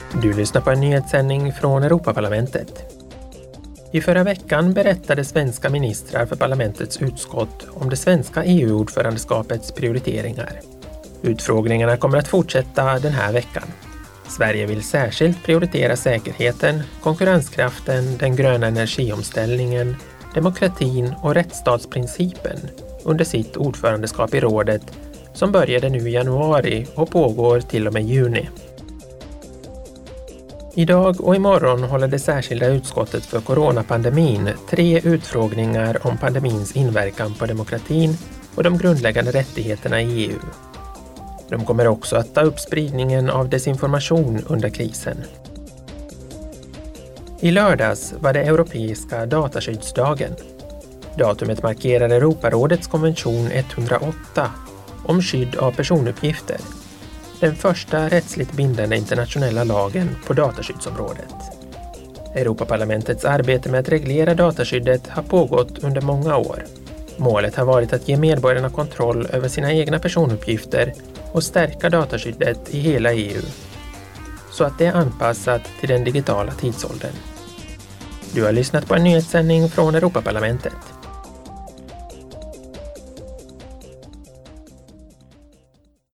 Du lyssnar på en nyhetssändning från Europaparlamentet. I förra veckan berättade svenska ministrar för parlamentets utskott om det svenska EU-ordförandeskapets prioriteringar. Utfrågningarna kommer att fortsätta den här veckan. Sverige vill särskilt prioritera säkerheten, konkurrenskraften, den gröna energiomställningen, demokratin och rättsstatsprincipen under sitt ordförandeskap i rådet som började nu i januari och pågår till och med juni. Idag och imorgon håller det särskilda utskottet för coronapandemin 3 utfrågningar om pandemins inverkan på demokratin och de grundläggande rättigheterna i EU. De kommer också att ta upp spridningen av desinformation under krisen. I lördags var det europeiska dataskyddsdagen. Datumet markerar Europarådets konvention 108 om skydd av personuppgifter. Den första rättsligt bindande internationella lagen på dataskyddsområdet. Europaparlamentets arbete med att reglera dataskyddet har pågått under många år. Målet har varit att ge medborgarna kontroll över sina egna personuppgifter och stärka dataskyddet i hela EU, så att det är anpassat till den digitala tidsåldern. Du har lyssnat på en nyhetssändning från Europaparlamentet.